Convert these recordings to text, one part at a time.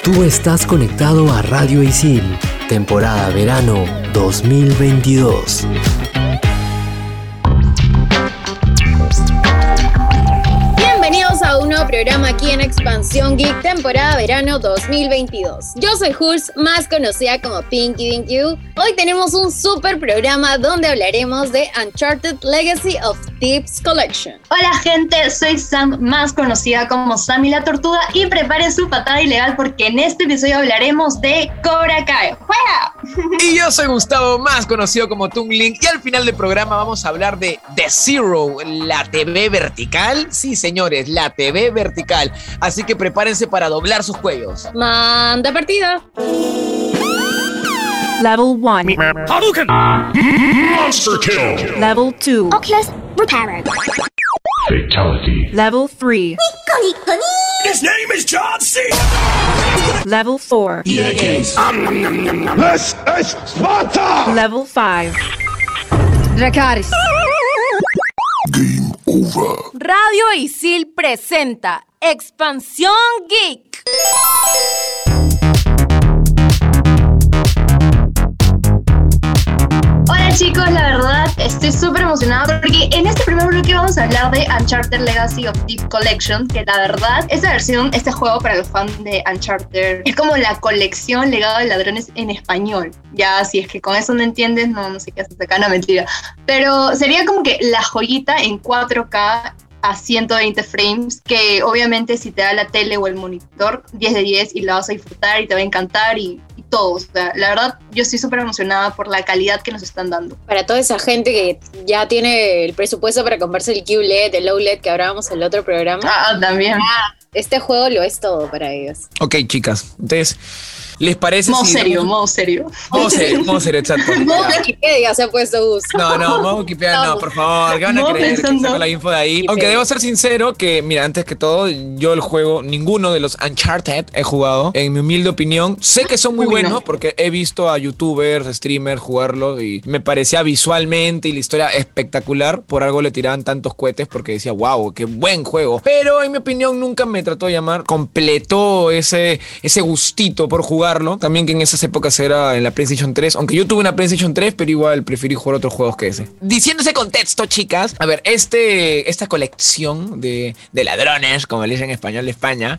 Tú estás conectado a Radio Isil, temporada verano 2022. Bienvenidos a un nuevo programa aquí en Expansión Geek, temporada verano 2022. Yo soy Jules, más conocida como Pinky Dinky Doo. Hoy tenemos un super programa donde hablaremos de Uncharted Legacy of Thieves Collection. Hola gente, soy Sam, más conocida como Sammy la Tortuga, y preparen su patada ilegal porque en este episodio hablaremos de Cobra Kai. ¡Juega! Y yo soy Gustavo, más conocido como Tungling, y al final del programa vamos a hablar de The Zero, la TV vertical. Sí, señores, la TV vertical. Así que prepárense para doblar sus cuellos. ¡Manda partida! Level 1. Hadouken! Monster kill! Level 2. Oculus Reparo. Fatality. Level 3. His name is John C. Level 4. This is Sparta! Level 5. Dracarys. Game over. Radio Isil presenta Expansión Geek. Hola chicos, la verdad estoy súper emocionada porque en este primer bloque vamos a hablar de Uncharted Legacy of Thieves Collection, que la verdad, este juego para los fans de Uncharted es como la colección Legado de Ladrones en español. Ya, si es que con eso no entiendes, no sé qué haces acá, no, mentira. Pero sería como que la joyita en 4K a 120 frames, que obviamente si te da la tele o el monitor, 10 de 10 y la vas a disfrutar y te va a encantar y todo. O sea, la verdad, yo estoy súper emocionada por la calidad que nos están dando. Para toda esa gente que ya tiene el presupuesto para comprarse el QLED, el OLED que hablábamos en el otro programa. También. Este juego lo es todo para ellos. Ok, chicas, entonces, ¿les parece Modo si... serio. Modo serio, exacto. Modo Wikipedia se ha puesto Gus. No, modo Wikipedia no, por favor, ¿qué van a Modo creer? Que pensando. saco la info de ahí. Aunque debo ser sincero que, mira, antes que todo, yo el juego, ninguno de los Uncharted he jugado, en mi humilde opinión. Sé que son muy buenos porque he visto a youtubers, streamers jugarlo y me parecía visualmente y la historia espectacular. Por algo le tiraban tantos cohetes porque decía, wow, qué buen juego. Pero en mi opinión nunca me trató de llamar, completó ese gustito por jugarlo. También que en esas épocas era en la PlayStation 3, aunque yo tuve una PlayStation 3, pero igual preferí jugar otros juegos que ese. Diciendo ese contexto, chicas, a ver, esta colección de ladrones, como le dicen en español de España,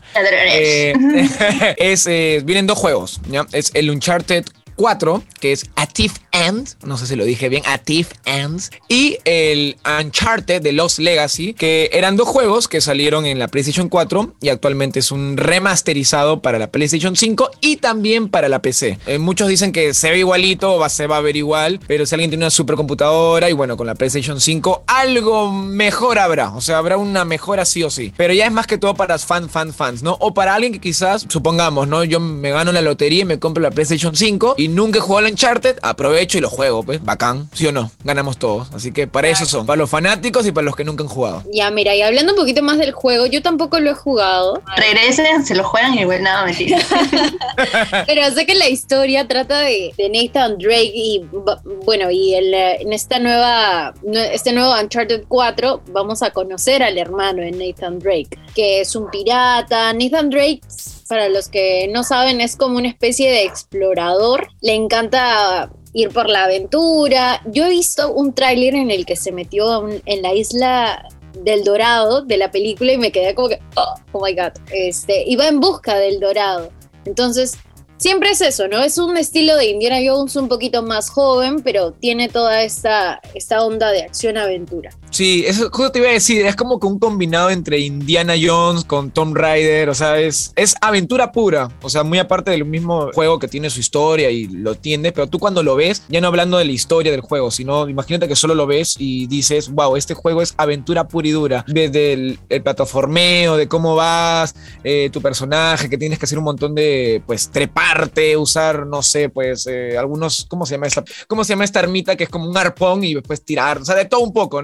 vienen dos juegos, ¿ya? Es el Uncharted 4, que es A Thief End, no sé si lo dije bien, A Thief Ends, y el Uncharted de Lost Legacy, que eran dos juegos que salieron en la PlayStation 4 y actualmente es un remasterizado para la PlayStation 5 y también para la PC. Muchos dicen que se ve igualito, se va a ver igual, pero si alguien tiene una supercomputadora y bueno, con la PlayStation 5 algo mejor habrá, o sea, habrá una mejora sí o sí, pero ya es más que todo para fans, ¿no? O para alguien que quizás, supongamos, ¿no? Yo me gano la lotería y me compro la PlayStation 5 y nunca he jugado al Uncharted, aprovecho y lo juego, pues, bacán, ¿sí o no? Ganamos todos, así que para eso son, para los fanáticos y para los que nunca han jugado. Ya, mira, y hablando un poquito más del juego, yo tampoco lo he jugado. Regresen, se lo juegan y bueno, nada, mentira. Pero sé que la historia trata de Nathan Drake y, bueno, y en este nuevo Uncharted 4 vamos a conocer al hermano de Nathan Drake, que es un pirata. Nathan Drake, para los que no saben, es como una especie de explorador. Le encanta ir por la aventura. Yo he visto un tráiler en el que se metió en la isla del Dorado de la película y me quedé como que, oh my God, iba en busca del Dorado. Entonces, siempre es eso, ¿no? Es un estilo de Indiana Jones un poquito más joven, pero tiene toda esta onda de acción-aventura. Sí, eso justo te iba a decir, es como que un combinado entre Indiana Jones con Tomb Raider, o sea, es aventura pura, o sea, muy aparte del mismo juego que tiene su historia y lo entiendes, pero tú cuando lo ves, ya no hablando de la historia del juego, sino imagínate que solo lo ves y dices, wow, este juego es aventura pura y dura, desde el plataformeo, de cómo vas, tu personaje, que tienes que hacer un montón de, pues, treparte, usar, no sé, pues, algunos, ¿cómo se llama esta ermita que es como un arpón y después tirar, o sea, de todo un poco, ¿no? O sea,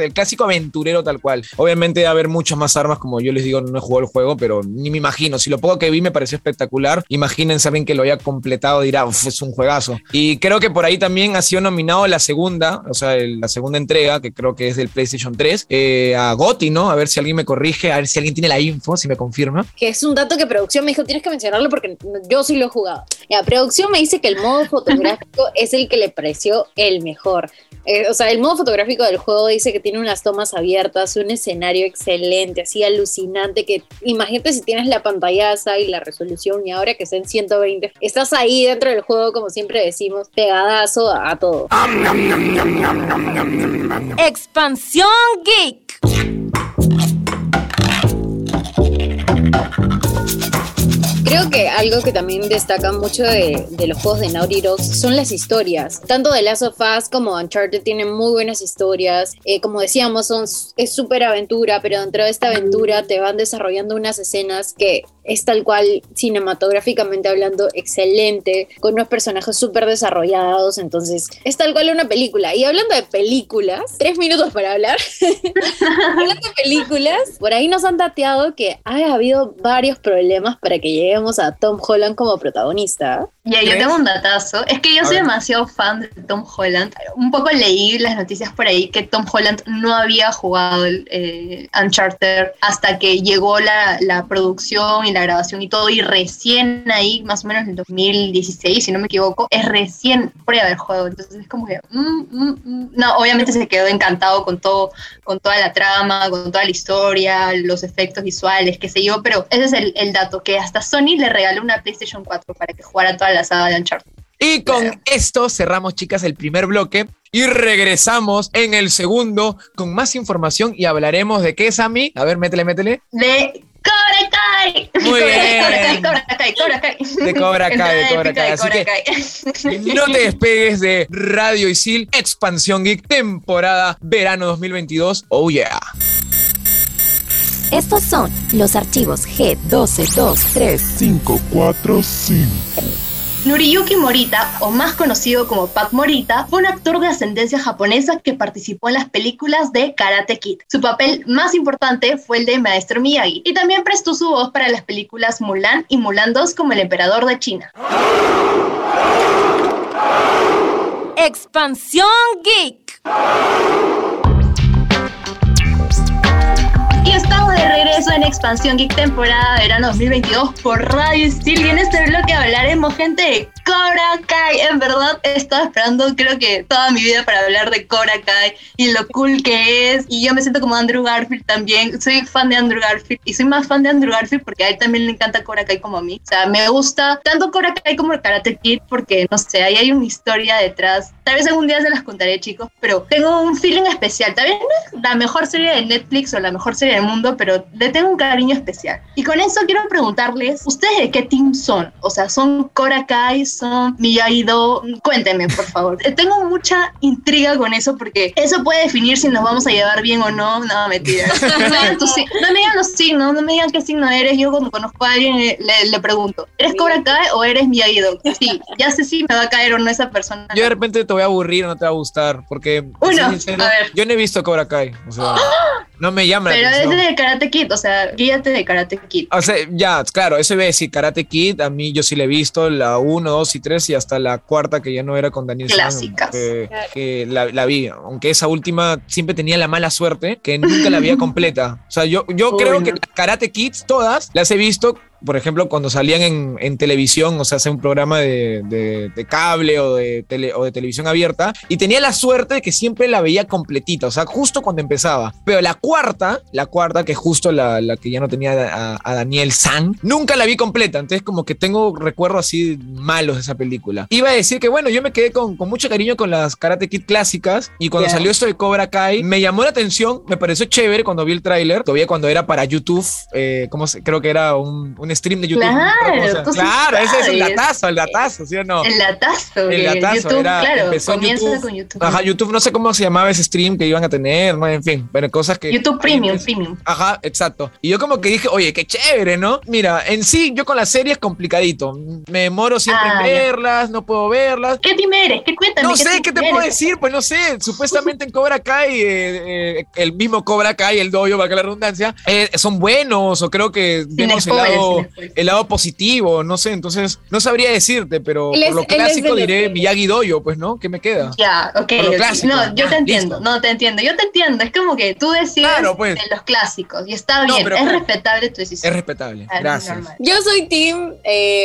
del clásico aventurero tal cual. Obviamente va a haber muchas más armas, como yo les digo, no he jugado el juego, pero ni me imagino. Si lo poco que vi me pareció espectacular, imagínense alguien que lo haya completado dirá, es un juegazo. Y creo que por ahí también ha sido nominado la segunda, o sea, la segunda entrega, que creo que es del PlayStation 3, a GOTY, ¿no? A ver si alguien me corrige, a ver si alguien tiene la info, si me confirma. Que es un dato que producción me dijo, tienes que mencionarlo porque yo sí lo he jugado. La producción me dice que el modo fotográfico es el que le pareció el mejor. O sea, el modo fotográfico del juego dice que tiene unas tomas abiertas, un escenario excelente, así alucinante, que imagínate si tienes la pantallaza y la resolución y ahora que está en 120, estás ahí dentro del juego, como siempre decimos, pegadazo a todo. Expansión Geek. Creo que algo que también destaca mucho de los juegos de Naughty Dog son las historias. Tanto The Last of Us como Uncharted tienen muy buenas historias. Como decíamos, es súper aventura, pero dentro de esta aventura te van desarrollando unas escenas que es tal cual, cinematográficamente hablando, excelente, con unos personajes súper desarrollados. Entonces, es tal cual una película. Y hablando de películas, 3 minutos para hablar. Hablando de películas, por ahí nos han dateado que ha habido varios problemas para que lleguemos a Tom Holland como protagonista. Ya, yo tengo un datazo. Es que yo soy demasiado fan de Tom Holland. Un poco leí las noticias por ahí que Tom Holland no había jugado Uncharted hasta que llegó la producción y la grabación y todo, y recién ahí, más o menos en el 2016, si no me equivoco, es recién prueba del juego. Entonces es como que no, obviamente se quedó encantado con todo, con toda la trama, con toda la historia, los efectos visuales, qué sé yo, pero ese es el dato, que hasta Sony le regaló una PlayStation 4 para que jugara toda la saga de Uncharted. Y con esto cerramos, chicas, el primer bloque y regresamos en el segundo con más información y hablaremos de qué, Sammy. A ver, métele. De Cobra Kai. Muy bien. Cobra Kai. De Cobra Kai. Así que no te despegues de Radio Isil, Expansión Geek, temporada verano 2022. Oh yeah. Estos son los archivos G12235. 545. Noriyuki Morita, o más conocido como Pat Morita, fue un actor de ascendencia japonesa que participó en las películas de Karate Kid. Su papel más importante fue el de Maestro Miyagi, y también prestó su voz para las películas Mulan y Mulan 2 como el emperador de China. Expansión Geek. Y estamos de regreso en Expansión Geek temporada verano 2022 por Radio Steel, y en este bloque hablaremos, gente, de Cobra Kai. En verdad estaba esperando, creo que toda mi vida, para hablar de Cobra Kai y lo cool que es, y yo me siento como Andrew Garfield también. Soy fan de Andrew Garfield, y soy más fan de Andrew Garfield porque a él también le encanta Cobra Kai como a mí. O sea, me gusta tanto Cobra Kai como el Karate Kid porque, no sé, ahí hay una historia detrás. Tal vez algún día se las contaré, chicos, pero tengo un feeling especial. Tal vez no es la mejor serie de Netflix o la mejor serie del mundo, pero le tengo un cariño especial. Y con eso quiero preguntarles, ¿ustedes de qué team son? O sea, ¿son Cobra Kai? ¿Son Miyagi-Do? Cuéntenme, por favor. Tengo mucha intriga con eso porque eso puede definir si nos vamos a llevar bien o no. No, mentira. No me digan los signos, no me digan qué signo eres. Yo cuando conozco a alguien le pregunto, ¿eres Cobra Kai o eres Miyagi-Do? Sí, ya sé si me va a caer o no esa persona. Yo de repente te voy a aburrir o no te va a gustar porque, sincero, a ver. yo no he visto Cobra Kai, o sea, no me llama la Pero atención. es de Karate Kid, o sea, guíate de Karate Kid. O sea, ya, claro, eso iba a decir Karate Kid. A mí yo sí le he visto la 1, 2 y 3 y hasta la cuarta, que ya no era con Daniel San, Clásicas. que la vi, aunque esa última siempre tenía la mala suerte que nunca la veía completa. O sea, yo creo que las Karate Kids todas las he visto, por ejemplo, cuando salían en televisión, o sea, hace un programa de cable o de televisión abierta, y tenía la suerte de que siempre la veía completita, o sea, justo cuando empezaba. Pero la cuarta, que es justo la que ya no tenía a Daniel San, nunca la vi completa, entonces como que tengo recuerdos así malos de esa película. Iba a decir que, bueno, yo me quedé con mucho cariño con las Karate Kid clásicas, y cuando salió esto de Cobra Kai, me llamó la atención, me pareció chévere cuando vi el tráiler, todavía cuando era para YouTube, creo que era un un stream de YouTube. Claro, claro, ese es el sabes. datazo, ¿sí o no? El datazo. El datazo, YouTube, era, claro, empezó en comienza YouTube. con YouTube. Ajá, YouTube, no sé cómo se llamaba ese stream que iban a tener, ¿no? En fin, pero cosas que... YouTube Premium. Ajá, exacto. Y yo como que dije, oye, qué chévere, ¿no? Mira, en sí, yo con la serie es complicadito. Me demoro siempre en verlas, no puedo verlas. ¿Qué team eres? ¿Qué cuéntame? No sé, ¿qué te puedo eres? decir? Pues no sé, supuestamente en Cobra Kai, el mismo Cobra Kai, el dojo, valga la redundancia, son buenos, o creo que vemos el lado positivo, no sé, entonces no sabría decirte, pero por lo clásico diré Miyagi Dojo, pues, ¿no? ¿Qué me queda? Ya, ok. Por lo clásico. No, yo te entiendo, listo. yo te entiendo. Es como que tú decides Claro, pues. de los clásicos, y está No, bien, pero es claro. respetable tu decisión. Es respetable, Ah, gracias. normal. Yo soy team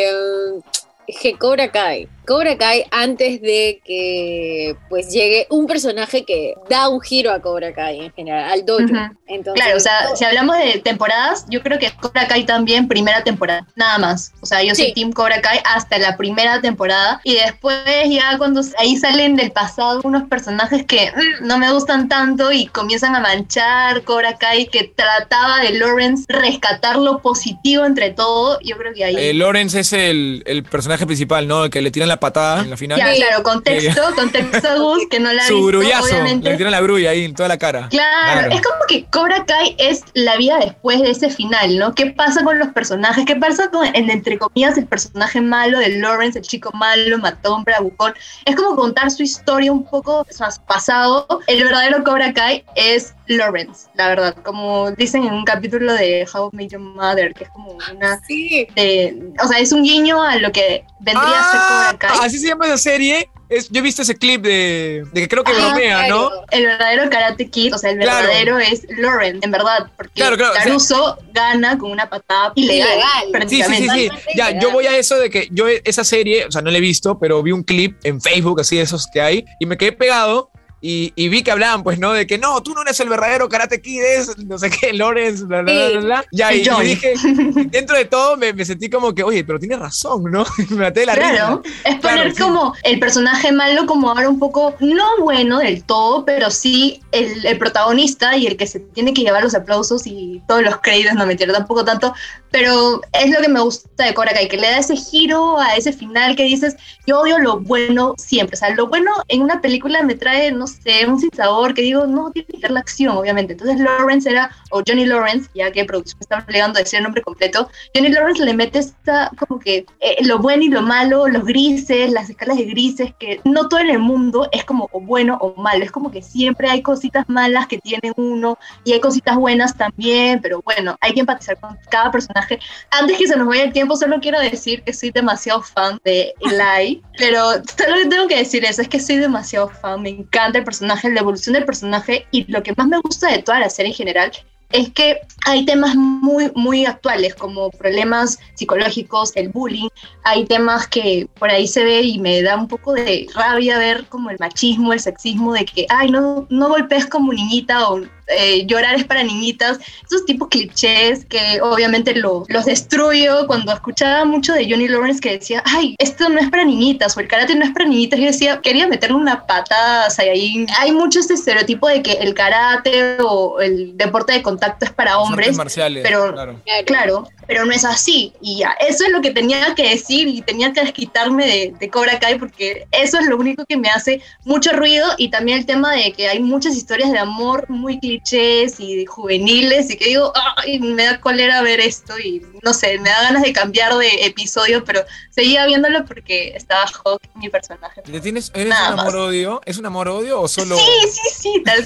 Cobra Kai. Cobra Kai antes de que pues llegue un personaje que da un giro a Cobra Kai en general, al dojo. Ujú. Entonces, Claro, o sea, si hablamos de temporadas, yo creo que Cobra Kai también primera temporada, nada más. O sea, yo soy Sí. Team Cobra Kai hasta la primera temporada y después ya cuando ahí salen del pasado unos personajes que no me gustan tanto y comienzan a manchar Cobra Kai, que trataba de Lawrence rescatar lo positivo entre todo, yo creo que ahí... Lawrence es el personaje principal, ¿no? El que le tiran la patada en la final. Ya, claro, contexto Gus, que no la ha Su visto, grullazo, obviamente. le tiran la grulla ahí en toda la cara. Claro, es como que Cobra Kai es la vida después de ese final, ¿no? ¿Qué pasa con los personajes? ¿Qué pasa con, entre comillas, el personaje malo de Lawrence, el chico malo, matón, bravucón? Es como contar su historia un poco más pasado. El verdadero Cobra Kai es Lawrence, la verdad. Como dicen en un capítulo de How I Met Your Mother, que es como una... sí. o sea, es un guiño a lo que vendría a ser Cobra Kai. Así se llama esa serie. Yo he visto ese clip de que creo que Ajá, bromea, ¿no? El verdadero Karate Kid, o sea, el Claro. verdadero es Lawrence, en verdad, porque Claro, Caruso gana con una patada ilegal. Sí, prácticamente. Ya, yo voy a eso de que yo esa serie, o sea, no la he visto, pero vi un clip en Facebook, así de esos que hay, y me quedé pegado. Y vi que hablaban, pues, ¿no? De que no, tú no eres el verdadero Karate Kid, es no sé qué, Lawrence, bla, bla, bla, bla. Ya, y yo dije, dentro de todo me sentí como que, oye, pero tienes razón, ¿no? Me maté de la risa. Claro, es poner sí. como el personaje malo como ahora un poco, no bueno del todo, pero sí el protagonista y el que se tiene que llevar los aplausos y todos los créditos, no mentira, tampoco tanto, pero es lo que me gusta de Cobra Kai, que le da ese giro a ese final que dices, yo odio lo bueno siempre, o sea, lo bueno en una película me trae, no sé, un sinsabor que digo, no, tiene que ser la acción, obviamente. Entonces Lawrence era, o Johnny Lawrence, ya que producción me está obligando a decir el nombre completo, Johnny Lawrence le mete esta, como que lo bueno y lo malo, los grises, las escalas de grises, que no todo en el mundo es como o bueno o malo, es como que siempre hay cositas malas que tiene uno y hay cositas buenas también, pero bueno, hay que empatizar con cada personaje. Antes que se nos vaya el tiempo, solo quiero decir que soy demasiado fan de Eli, pero solo tengo que decir eso, es que soy demasiado fan, me encanta el personaje, la evolución del personaje, y lo que más me gusta de toda la serie en general es que hay temas muy, muy actuales, como problemas psicológicos, el bullying, hay temas que por ahí se ve y me da un poco de rabia ver como el machismo, el sexismo, de que, ay, no golpees como niñita, o llorar es para niñitas, esos tipos clichés que obviamente los destruyo. Cuando escuchaba mucho de Johnny Lawrence que decía, ay, esto no es para niñitas, o el karate no es para niñitas, yo decía, quería meterle una patada, o sea, ahí hay mucho este estereotipo de que el karate o el deporte de contacto es para hombres, marciales, pero claro. Pero no es así, y ya, eso es lo que tenía que decir y tenía que desquitarme de Cobra Kai, porque eso es lo único que me hace mucho ruido, y también el tema de que hay muchas historias de amor muy clichés y juveniles, y que digo, ay, me da cólera ver esto, y no sé, me da ganas de cambiar de episodio, pero seguía viéndolo porque estaba hot mi personaje. ¿Eres Nada un amor-odio? ¿Es un amor-odio o solo...? Sí, tal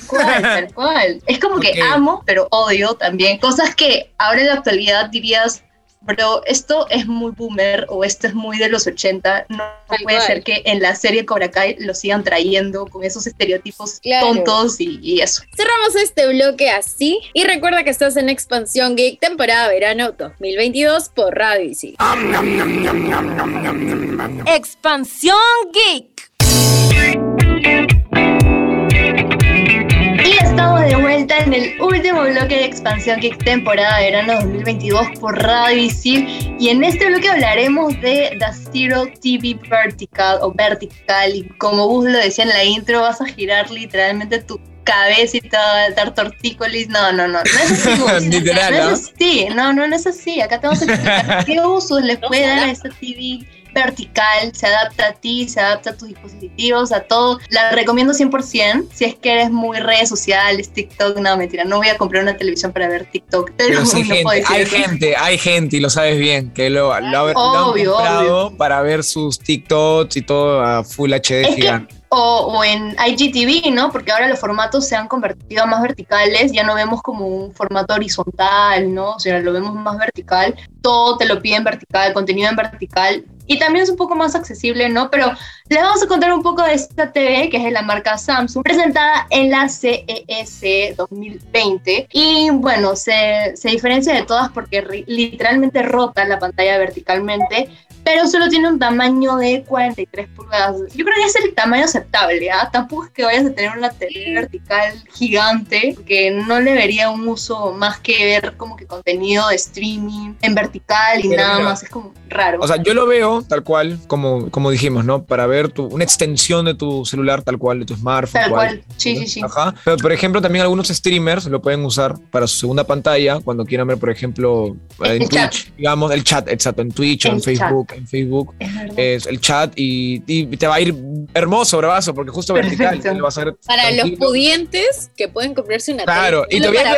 cual. Es como que amo, pero odio también. Cosas que ahora en la actualidad dirías, bro, esto es muy boomer o esto es muy de los 80, no puede ser que en la serie Cobra Kai lo sigan trayendo con esos estereotipos tontos y eso. Cerramos este bloque así, y recuerda que estás en Expansión Geek, temporada verano 2022 por Radio Isil. Expansión Geek. Y estamos de vuelta en el último bloque de Expansión Geek, temporada de verano 2022 por Radio Isil, y en este bloque hablaremos de The Zero TV Vertical, y como Gus lo decía en la intro, vas a girar literalmente tu cabecita, dar tortícolis. No es así. Literal, no es así, no es así. Acá te vamos a explicar qué usos les puede dar a esta TV vertical, se adapta a ti, se adapta a tus dispositivos, a todo. La recomiendo 100%. Si es que eres muy redes sociales, TikTok, no, mentira, no voy a comprar una televisión para ver TikTok. Pero sí, hay gente, y lo sabes bien, que lo han comprado para ver sus TikToks y todo a Full HD gigante. O en IGTV, ¿no? Porque ahora los formatos se han convertido a más verticales, ya no vemos como un formato horizontal, ¿no? O sea, lo vemos más vertical, todo te lo piden vertical, contenido en vertical, y también es un poco más accesible, ¿no? Pero les vamos a contar un poco de esta TV, que es de la marca Samsung, presentada en la CES 2020, y bueno, se diferencia de todas porque literalmente rota la pantalla verticalmente, pero solo tiene un tamaño de 43 pulgadas. Yo creo que es el tamaño aceptable, ¿ah? Tampoco es que vayas a tener una tele vertical gigante, porque no le vería un uso más que ver como que contenido de streaming en vertical y nada más, es como raro. O sea, yo lo veo tal cual, como dijimos, ¿no? Para ver una extensión de tu celular tal cual, de tu smartphone. Tal cual, sí. Ajá. Pero, por ejemplo, también algunos streamers lo pueden usar para su segunda pantalla, cuando quieran ver, por ejemplo, en Twitch, digamos, el chat, exacto, en Twitch o en Facebook. En Facebook es el chat y te va a ir hermoso, bravazo, porque justo vertical va a ser para tranquilo. los pudientes que pueden comprarse una claro, tele. Y todavía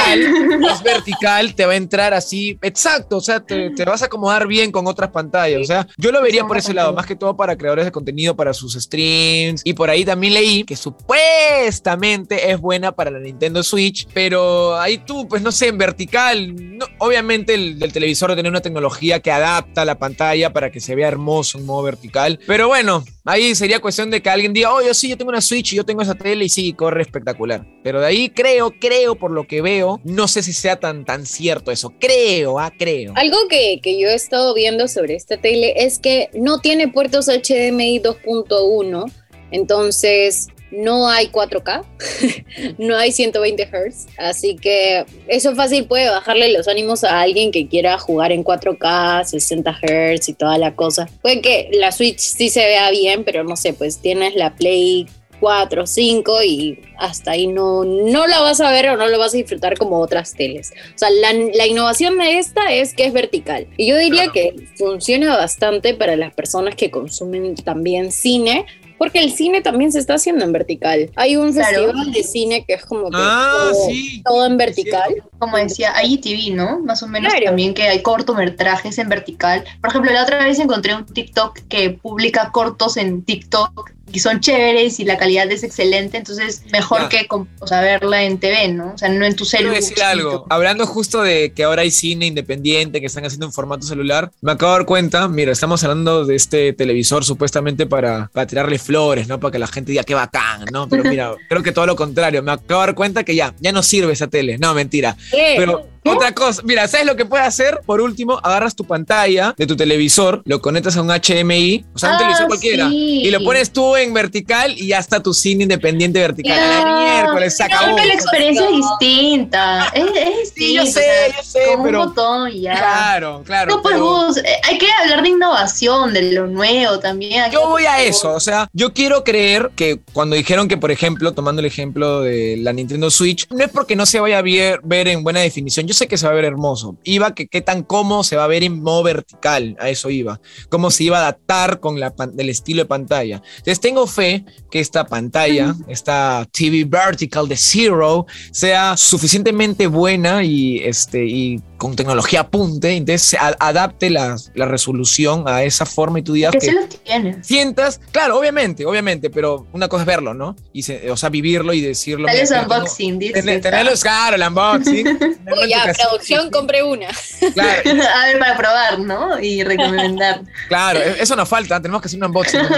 es vertical, te va a entrar así, exacto, o sea, te vas a acomodar bien con otras pantallas, o sea, yo lo vería por ese lado, más que todo para creadores de contenido, para sus streams, y por ahí también leí que supuestamente es buena para la Nintendo Switch, pero ahí tú, pues no sé, en vertical, no, obviamente el televisor va a tener una tecnología que adapta la pantalla para que se vea hermoso en modo vertical, pero bueno, ahí sería cuestión de que alguien diga, yo tengo una Switch y yo tengo esa tele y sí, corre espectacular, pero de ahí creo por lo que veo, no sé si sea tan cierto eso, creo. Algo que yo he estado viendo sobre esta tele es que no tiene puertos HDMI 2.1, entonces no hay 4K, no hay 120 Hz, así que eso fácil puede bajarle los ánimos a alguien que quiera jugar en 4K, 60 Hz y toda la cosa. Puede que la Switch sí se vea bien, pero no sé, pues tienes la Play 4, 5 y hasta ahí no la vas a ver o no lo vas a disfrutar como otras teles. O sea, la innovación de esta es que es vertical. Y yo diría que funciona bastante para las personas que consumen también cine, porque el cine también se está haciendo en vertical. Hay un festival de cine que es como que todo en vertical. Como decía, IGTV, ¿no? Más o menos también que hay cortometrajes en vertical. Por ejemplo, la otra vez encontré un TikTok que publica cortos en TikTok y son chéveres y la calidad es excelente, entonces mejor que verla en TV, ¿no? O sea, no en tu celular. Quiero decir algo, hablando justo de que ahora hay cine independiente que están haciendo en formato celular, me acabo de dar cuenta, mira, estamos hablando de este televisor supuestamente para tirarle flores, ¿no? Para que la gente diga qué bacán, ¿no? Pero mira, creo que todo lo contrario, me acabo de dar cuenta que ya no sirve esa tele, no, mentira. Pero otra cosa, mira, ¿sabes lo que puedes hacer? Por último, agarras tu pantalla de tu televisor, lo conectas a un HDMI, o sea, un televisor cualquiera, y lo pones tú en vertical y ya está tu cine independiente vertical. A la miércoles, se acabó. Creo que la experiencia es distinta. Es sí, yo sé, con pero un botón y ya. Claro. No, pues vos, hay que hablar de innovación, de lo nuevo también. Yo voy a eso, o sea, yo quiero creer que cuando dijeron que, por ejemplo, tomando el ejemplo de la Nintendo Switch, no es porque no se vaya a ver en buena definición, yo sé que se va a ver hermoso, iba que qué tan cómodo se va a ver en modo vertical, a eso iba, cómo se iba a adaptar con el estilo de pantalla. Entonces tengo fe que esta pantalla, esta TV vertical de Zero, sea suficientemente buena y con tecnología apunte, entonces adapte la resolución a esa forma y tú digas que se lo tiene. Sientas, claro, obviamente, pero una cosa es verlo, ¿no? O sea, vivirlo y decirlo. Tal es unboxing, tenerlos, claro, el unboxing. Ya, producción, compré una. Claro. A ver, para probar, ¿no? Y recomendar. Claro, eso nos falta, tenemos que hacer un unboxing un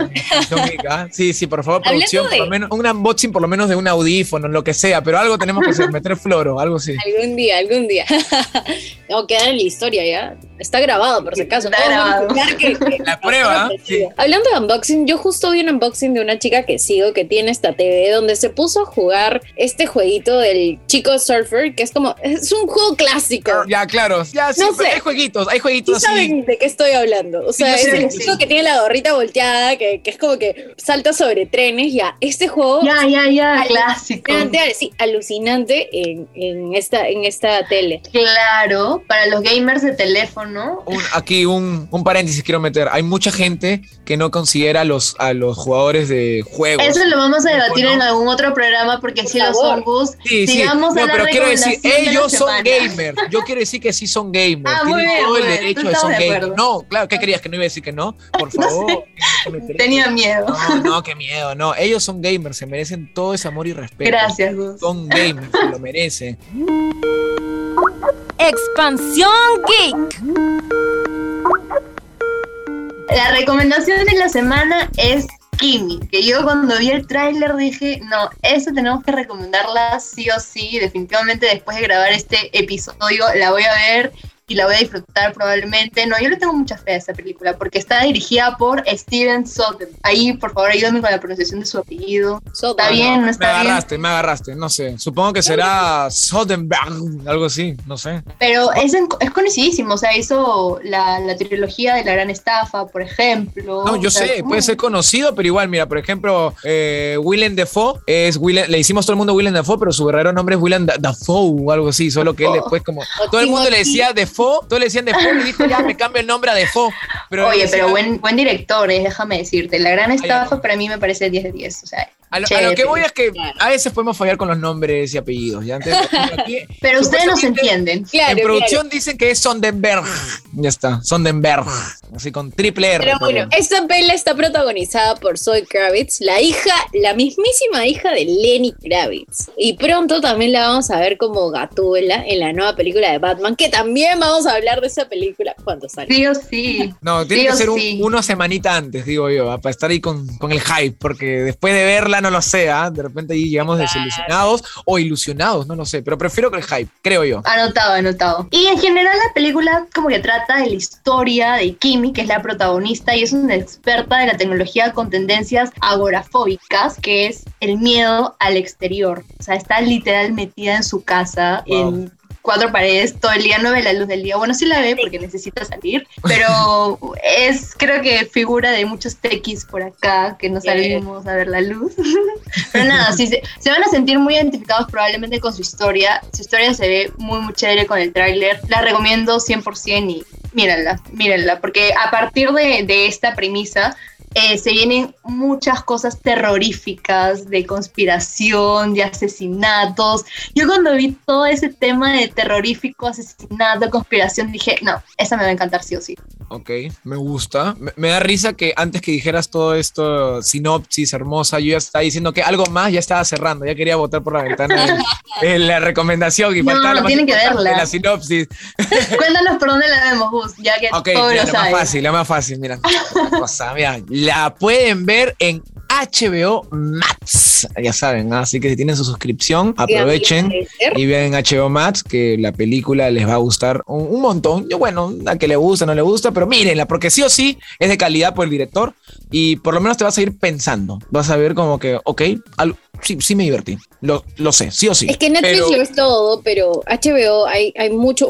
día. Sí, por favor, producción, por lo menos, un unboxing por lo menos de un audífono, lo que sea, pero algo tenemos que hacer, meter floro, algo así. Algún día. No, queda en la historia ya. Está grabado, por si acaso. Está grabado. La prueba. Sí. Hablando de unboxing, yo justo vi un unboxing de una chica que sigo que tiene esta TV donde se puso a jugar este jueguito del Chico Surfer, que es un juego clásico. Ya, claro. Ya, sí, No pero sé. hay jueguitos ¿Sí así. saben de qué estoy hablando? O sea, yo es sé el que chico que tiene la gorrita volteada, que es como que salta sobre trenes. Ya, este juego Ya, clásico. sí, alucinante en esta tele. Claro, para los gamers de teléfono. Aquí un paréntesis quiero meter. Hay mucha gente que no considera a los jugadores de juegos. Eso lo vamos a debatir ¿no? en algún otro programa porque Por sí lo favor. son, Gus. Sí, Sigamos sí. a No, la pero quiero decir, recomendación de la ellos son semana. gamers. Yo quiero decir que sí son gamers. Ah, muy Tienen bien, todo el muy bien. derecho Tú de son estamos de gamers. acuerdo. No, claro, ¿qué querías? ¿Que no iba a decir que no? Por favor. Tenía miedo. No, qué miedo. No, ellos son gamers. Se merecen todo ese amor y respeto. Gracias, Gus. Son gamers, se lo merecen. Expansión Geek. La recomendación de la semana es Kimi, que yo cuando vi el tráiler dije, no, eso tenemos que recomendarla sí o sí, definitivamente después de grabar este episodio la voy a ver y la voy a disfrutar probablemente. No, yo le tengo mucha fe a esa película porque está dirigida por Steven Soderbergh. Ahí, por favor, ayúdame con la pronunciación de su apellido. ¿Está bien? ¿No está bien? Me agarraste, no sé. Supongo que será Soderbergh, algo así, no sé. Pero es conocidísimo, o sea, hizo la trilogía de La Gran Estafa, por ejemplo. No, yo O sea, sé, puede ser conocido, pero igual, mira, por ejemplo, Willem Dafoe le hicimos todo el mundo Willem Dafoe, pero su verdadero nombre es Willem Dafoe o algo así, solo que él después como todo el mundo le decía Dafoe, todos le decían Dafoe y dijo, ya me cambio el nombre a Dafoe. Pero oye, decía, pero buen director, déjame decirte. La Gran Estafa para mí me parece 10 de 10, o sea. a lo que voy es que a veces podemos fallar con los nombres y apellidos. ¿Ya? Aquí, pero ustedes nos supuestamente, entienden. Claro, en producción claro. dicen que es Sonderberg. Ya está, Sonderberg. Así con triple R. Pero bueno, esta peli está protagonizada por Zoe Kravitz, la mismísima hija de Lenny Kravitz. Y pronto también la vamos a ver como Gatúbela en la nueva película de Batman, que también vamos a hablar de esa película cuando salga. Sí o sí. No, tiene Sí que o ser sí. una semanita antes, digo yo, para estar ahí con el hype, porque después de verla no lo sé, de repente ahí llegamos desilusionados o ilusionados, no lo sé, pero prefiero que el hype, creo yo. Anotado. Y en general la película como que trata de la historia de Kimi, que es la protagonista y es una experta de la tecnología con tendencias agorafóbicas, que es el miedo al exterior. O sea, está literal metida en su casa, Wow. en 4 paredes todo el día, no ve la luz del día. Bueno, sí la ve porque necesita salir, pero creo que figura de muchos tequis por acá que no salimos a ver la luz. Pero nada, sí, se van a sentir muy identificados probablemente con su historia. Su historia se ve muy chévere con el tráiler. La recomiendo 100% y mírenla, porque a partir de esta premisa se vienen muchas cosas terroríficas, de conspiración, de asesinatos. Yo cuando vi todo ese tema de terrorífico, asesinato, conspiración, dije, no, esa me va a encantar sí o sí. Ok, me gusta. Me da risa que antes que dijeras todo esto, sinopsis hermosa, yo ya estaba diciendo que algo más ya estaba cerrando, ya quería botar por la ventana en la recomendación y No, faltaba la más tienen que importante, verla. la sinopsis. Cuéntanos por dónde la vemos, Gus, ya que Ok, todo mira, lo la más sabes. fácil, mira. Una cosa, mira, la pueden ver en HBO Max, ya saben, ¿no? Así que si tienen su suscripción, aprovechen y vean HBO Max, que la película les va a gustar un montón. Yo, bueno, a que le gusta, no le gusta, pero mírenla, porque sí o sí es de calidad por el director y por lo menos te vas a ir pensando. Vas a ver como que, ok, sí me divertí. Lo sé, sí o sí. Es que Netflix lo es todo, pero HBO hay mucho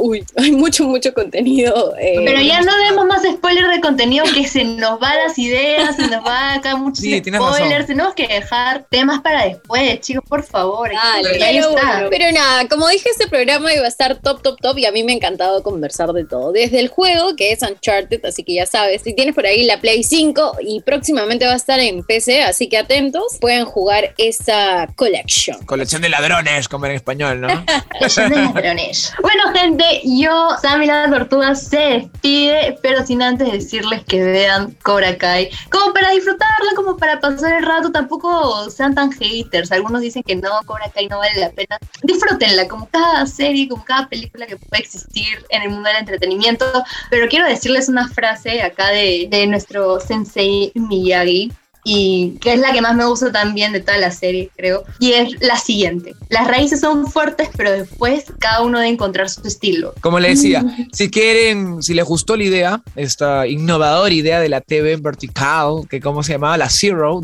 contenido. Pero ya no demos más spoilers de contenido que se nos van las ideas, se nos va acá muchos Sí, tienes spoilers, razón. tenemos que dejar temas para después, chicos, por favor. Dale, Ahí pero, está. bueno, pero nada, como dije, este programa iba a estar top y a mí me ha encantado conversar de todo. Desde el juego, que es Uncharted, así que ya sabes, si tienes por ahí la Play 5 y próximamente va a estar en PC, así que atentos, pueden jugar esa collection. Colección de ladrones, como en español, ¿no? Leyenda de ladrones. Bueno, gente, yo, Sammy la Tortuga, se despide, pero sin antes decirles que vean Cobra Kai, como para disfrutarla, como para pasar el rato, tampoco sean tan haters. Algunos dicen que no, Cobra Kai no vale la pena. Disfrútenla, como cada serie, como cada película que puede existir en el mundo del entretenimiento. Pero quiero decirles una frase acá de nuestro sensei Miyagi, y que es la que más me gusta también de toda la serie, creo, y es la siguiente. Las raíces son fuertes, pero después cada uno debe encontrar su estilo. Como le decía, si les gustó la idea, esta innovadora idea de la TV en vertical, que cómo se llamaba, The Zero,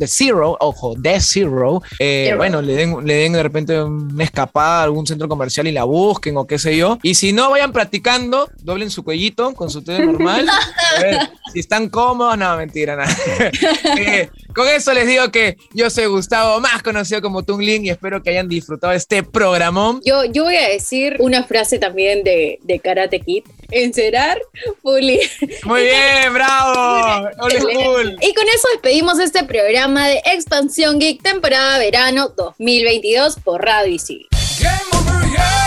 bueno, le den de repente una escapada a algún centro comercial y la busquen o qué sé yo. Y si no, vayan practicando, doblen su cuellito con su TV normal. A ver, si están cómodos, no, mentira, nada. Con eso les digo que yo soy Gustavo, más conocido como Tungling, y espero que hayan disfrutado este programón. Yo voy a decir una frase también de Karate Kid: encerar, pulir. Muy bien, bravo. Old school. Y con eso despedimos este programa de Expansión Geek, temporada verano 2022 por Radio Isil. Game over, yeah.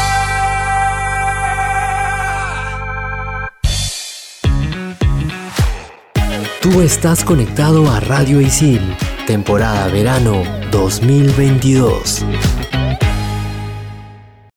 Tú estás conectado a Radio Isil, temporada verano 2022.